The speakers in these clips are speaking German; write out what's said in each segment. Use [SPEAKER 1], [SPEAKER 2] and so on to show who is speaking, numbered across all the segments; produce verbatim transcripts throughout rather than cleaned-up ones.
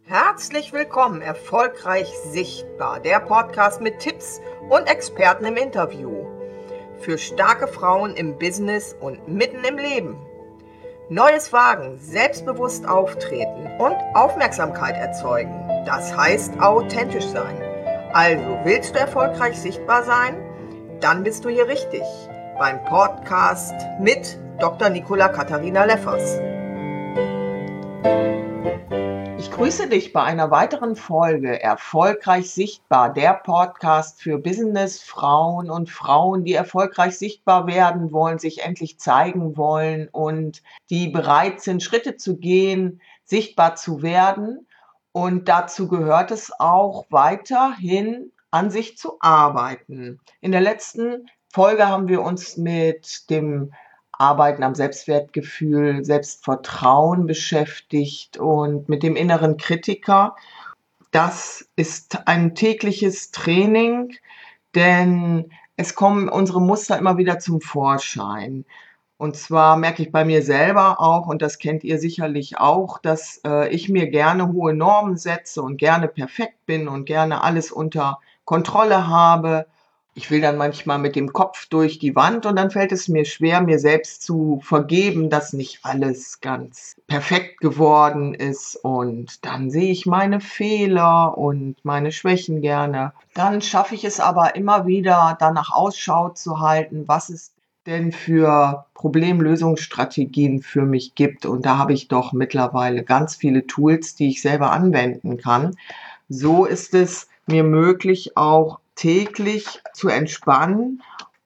[SPEAKER 1] Herzlich willkommen, erfolgreich sichtbar, der Podcast mit Tipps und Experten im Interview. Für starke Frauen im Business und mitten im Leben. Neues wagen, selbstbewusst auftreten und Aufmerksamkeit erzeugen. Das heißt authentisch sein. Also, willst du erfolgreich sichtbar sein? Dann bist du hier richtig beim Podcast mit Doktor Nicola Katharina Leffers. Ich grüße dich bei einer weiteren Folge Erfolgreich sichtbar, der Podcast für Businessfrauen und Frauen, die erfolgreich sichtbar werden wollen, sich endlich zeigen wollen und die bereit sind, Schritte zu gehen, sichtbar zu werden. Und dazu gehört es auch weiterhin, an sich zu arbeiten. In der letzten Folge haben wir uns mit dem Arbeiten am Selbstwertgefühl, Selbstvertrauen beschäftigt und mit dem inneren Kritiker. Das ist ein tägliches Training, denn es kommen unsere Muster immer wieder zum Vorschein. Und zwar merke ich bei mir selber auch, und das kennt ihr sicherlich auch, dass äh, ich mir gerne hohe Normen setze und gerne perfekt bin und gerne alles unter Kontrolle habe. Ich will dann manchmal mit dem Kopf durch die Wand und dann fällt es mir schwer, mir selbst zu vergeben, dass nicht alles ganz perfekt geworden ist. Und dann sehe ich meine Fehler und meine Schwächen gerne. Dann schaffe ich es aber immer wieder, danach Ausschau zu halten, was es denn für Problemlösungsstrategien für mich gibt. Und da habe ich doch mittlerweile ganz viele Tools, die ich selber anwenden kann. So ist es mir möglich, auch täglich zu entspannen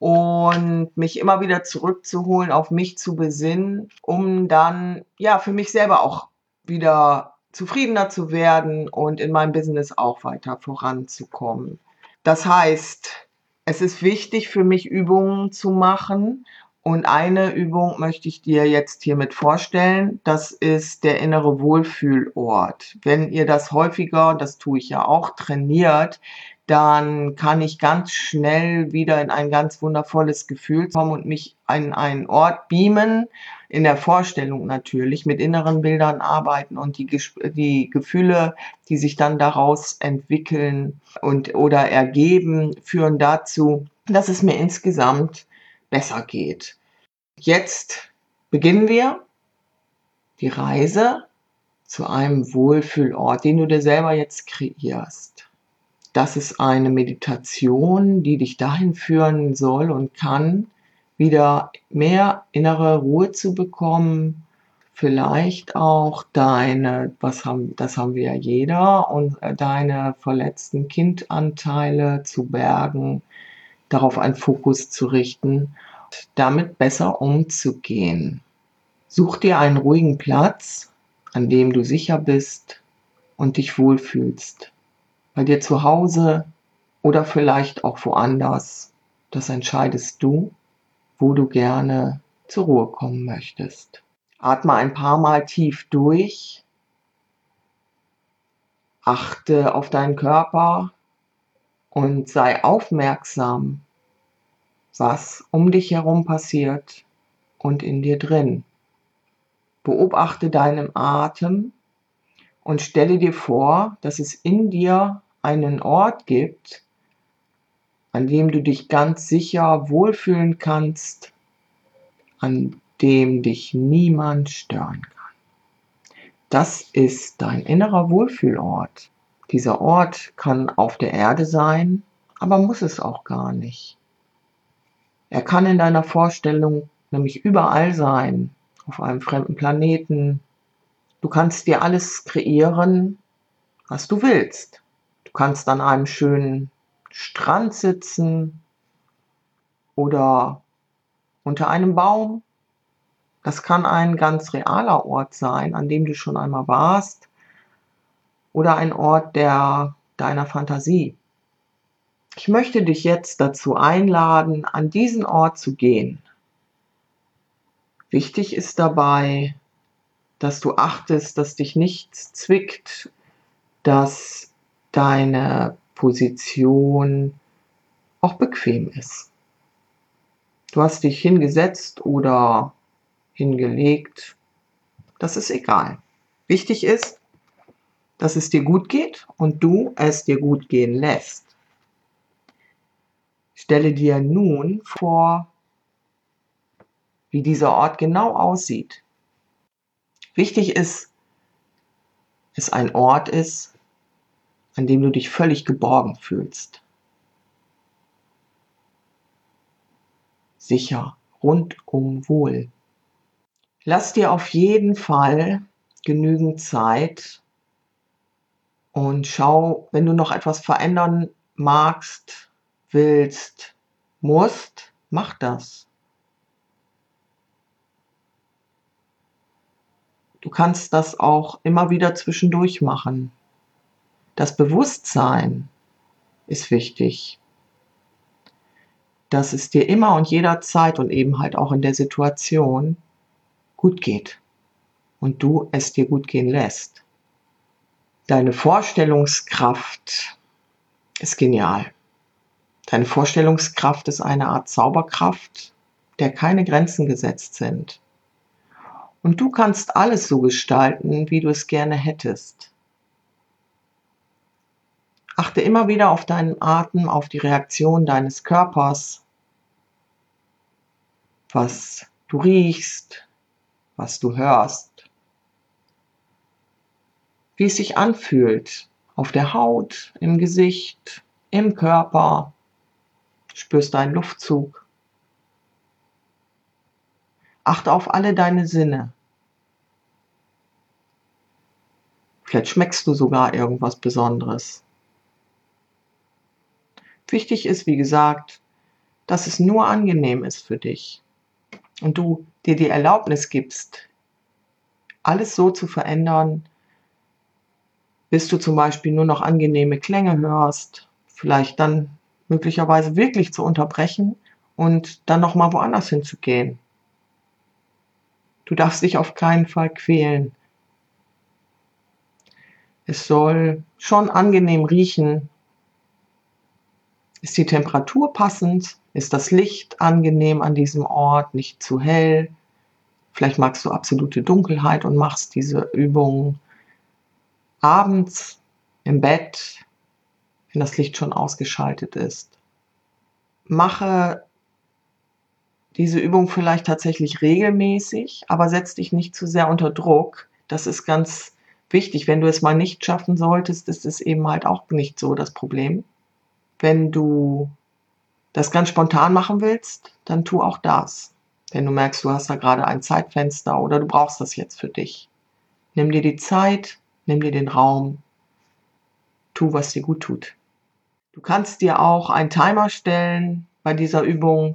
[SPEAKER 1] und mich immer wieder zurückzuholen, auf mich zu besinnen, um dann ja für mich selber auch wieder zufriedener zu werden und in meinem Business auch weiter voranzukommen. Das heißt, es ist wichtig für mich, Übungen zu machen. Und eine Übung möchte ich dir jetzt hiermit vorstellen. Das ist der innere Wohlfühlort. Wenn ihr das häufiger, und das tue ich ja auch, trainiert, dann kann ich ganz schnell wieder in ein ganz wundervolles Gefühl kommen und mich an einen Ort beamen, in der Vorstellung natürlich, mit inneren Bildern arbeiten und die, die Gefühle, die sich dann daraus entwickeln und oder ergeben, führen dazu, dass es mir insgesamt besser geht. Jetzt beginnen wir die Reise zu einem Wohlfühlort, den du dir selber jetzt kreierst. Das ist eine Meditation, die dich dahin führen soll und kann, wieder mehr innere Ruhe zu bekommen, vielleicht auch deine, was haben, das haben wir ja jeder, und deine verletzten Kindanteile zu bergen, darauf einen Fokus zu richten, damit besser umzugehen. Such dir einen ruhigen Platz, an dem du sicher bist und dich wohlfühlst. Bei dir zu Hause oder vielleicht auch woanders. Das entscheidest du, wo du gerne zur Ruhe kommen möchtest. Atme ein paar Mal tief durch. Achte auf deinen Körper und sei aufmerksam, was um dich herum passiert und in dir drin. Beobachte deinen Atem und stelle dir vor, dass es in dir einen Ort gibt, an dem du dich ganz sicher wohlfühlen kannst, an dem dich niemand stören kann. Das ist dein innerer Wohlfühlort. Dieser Ort kann auf der Erde sein, aber muss es auch gar nicht. Er kann in deiner Vorstellung nämlich überall sein, auf einem fremden Planeten. Du kannst dir alles kreieren, was du willst. Du kannst an einem schönen Strand sitzen oder unter einem Baum. Das kann ein ganz realer Ort sein, an dem du schon einmal warst, oder ein Ort der deiner Fantasie. Ich möchte dich jetzt dazu einladen, an diesen Ort zu gehen. Wichtig ist dabei, dass du achtest, dass dich nichts zwickt, dass deine Position auch bequem ist. Du hast dich hingesetzt oder hingelegt, das ist egal. Wichtig ist, dass es dir gut geht und du es dir gut gehen lässt. Stelle dir nun vor, wie dieser Ort genau aussieht. Wichtig ist, dass es ein Ort ist, an dem du dich völlig geborgen fühlst. Sicher, rundum wohl. Lass dir auf jeden Fall genügend Zeit und schau, wenn du noch etwas verändern magst, willst, musst, mach das. Du kannst das auch immer wieder zwischendurch machen. Das Bewusstsein ist wichtig, dass es dir immer und jederzeit und eben halt auch in der Situation gut geht und du es dir gut gehen lässt. Deine Vorstellungskraft ist genial. Deine Vorstellungskraft ist eine Art Zauberkraft, der keine Grenzen gesetzt sind. Und du kannst alles so gestalten, wie du es gerne hättest. Achte immer wieder auf deinen Atem, auf die Reaktion deines Körpers, was du riechst, was du hörst, wie es sich anfühlt auf der Haut, im Gesicht, im Körper. Spürst deinen Luftzug. Achte auf alle deine Sinne. Vielleicht schmeckst du sogar irgendwas Besonderes. Wichtig ist, wie gesagt, dass es nur angenehm ist für dich und du dir die Erlaubnis gibst, alles so zu verändern, bis du zum Beispiel nur noch angenehme Klänge hörst, vielleicht dann möglicherweise wirklich zu unterbrechen und dann nochmal woanders hinzugehen. Du darfst dich auf keinen Fall quälen. Es soll schon angenehm riechen. Ist die Temperatur passend? Ist das Licht angenehm an diesem Ort? Nicht zu hell? Vielleicht magst du absolute Dunkelheit und machst diese Übung abends im Bett, wenn das Licht schon ausgeschaltet ist. Mache diese Übung vielleicht tatsächlich regelmäßig, aber setz dich nicht zu sehr unter Druck. Das ist ganz wichtig. Wenn du es mal nicht schaffen solltest, ist es eben halt auch nicht so das Problem. Wenn du das ganz spontan machen willst, dann tu auch das. Wenn du merkst, du hast da gerade ein Zeitfenster oder du brauchst das jetzt für dich. Nimm dir die Zeit, nimm dir den Raum, tu, was dir gut tut. Du kannst dir auch einen Timer stellen bei dieser Übung,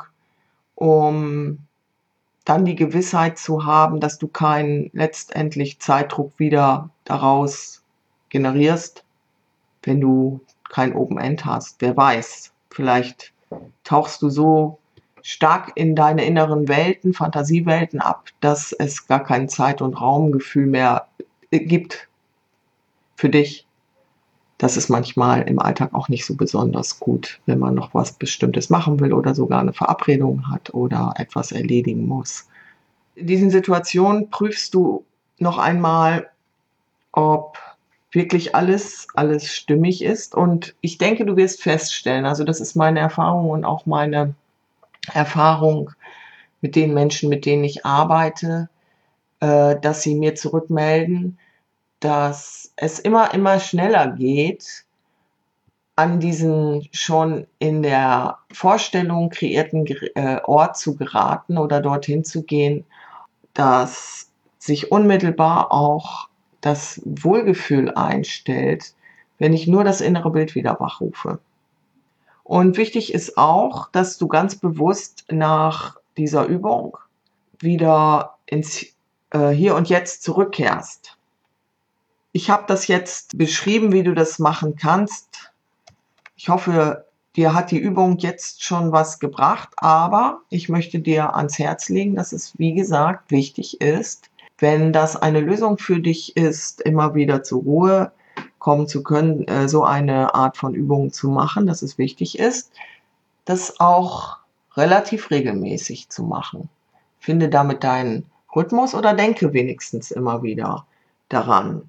[SPEAKER 1] um dann die Gewissheit zu haben, dass du keinen letztendlich Zeitdruck wieder daraus generierst, wenn du kein Open End hast. Wer weiß, vielleicht tauchst du so stark in deine inneren Welten, Fantasiewelten ab, dass es gar kein Zeit- und Raumgefühl mehr gibt für dich. Das ist manchmal im Alltag auch nicht so besonders gut, wenn man noch was Bestimmtes machen will oder sogar eine Verabredung hat oder etwas erledigen muss. In diesen Situationen prüfst du noch einmal, ob wirklich alles, alles stimmig ist. Und ich denke, du wirst feststellen, also das ist meine Erfahrung und auch meine Erfahrung mit den Menschen, mit denen ich arbeite, äh, dass sie mir zurückmelden, dass es immer, immer schneller geht, an diesen schon in der Vorstellung kreierten äh, Ort zu geraten oder dorthin zu gehen, dass sich unmittelbar auch das Wohlgefühl einstellt, wenn ich nur das innere Bild wieder wachrufe. Und wichtig ist auch, dass du ganz bewusst nach dieser Übung wieder ins äh, Hier und Jetzt zurückkehrst. Ich habe das jetzt beschrieben, wie du das machen kannst. Ich hoffe, dir hat die Übung jetzt schon was gebracht, aber ich möchte dir ans Herz legen, dass es, wie gesagt, wichtig ist, wenn das eine Lösung für dich ist, immer wieder zur Ruhe kommen zu können, äh, so eine Art von Übung zu machen, dass es wichtig ist, das auch relativ regelmäßig zu machen. Finde damit deinen Rhythmus oder denke wenigstens immer wieder daran.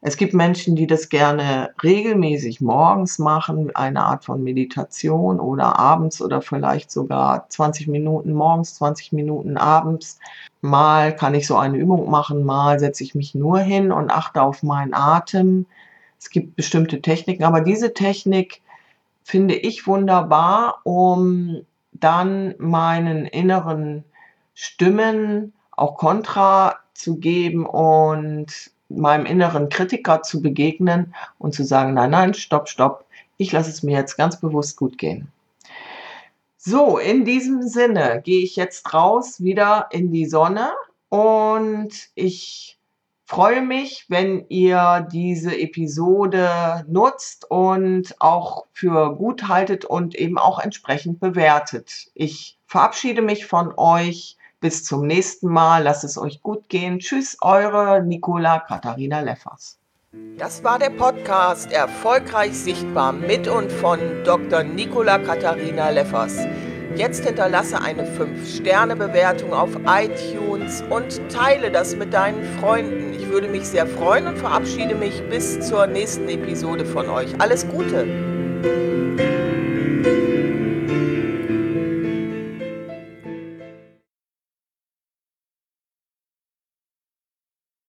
[SPEAKER 1] Es gibt Menschen, die das gerne regelmäßig morgens machen, eine Art von Meditation oder abends oder vielleicht sogar zwanzig Minuten morgens, zwanzig Minuten abends. Mal kann ich so eine Übung machen, mal setze ich mich nur hin und achte auf meinen Atem. Es gibt bestimmte Techniken, aber diese Technik finde ich wunderbar, um dann meinen inneren Stimmen auch Kontra zu geben und meinem inneren Kritiker zu begegnen und zu sagen: „Nein, nein, stopp, stopp, ich lasse es mir jetzt ganz bewusst gut gehen." So, in diesem Sinne gehe ich jetzt raus wieder in die Sonne und ich freue mich, wenn ihr diese Episode nutzt und auch für gut haltet und eben auch entsprechend bewertet. Ich verabschiede mich von euch. Bis zum nächsten Mal. Lasst es euch gut gehen. Tschüss, eure Nicola Katharina Leffers. Das war der Podcast Erfolgreich Sichtbar mit und von Doktor Nicola Katharina Leffers. Jetzt hinterlasse eine fünf Sterne Bewertung auf iTunes und teile das mit deinen Freunden. Ich würde mich sehr freuen und verabschiede mich bis zur nächsten Episode von euch. Alles Gute!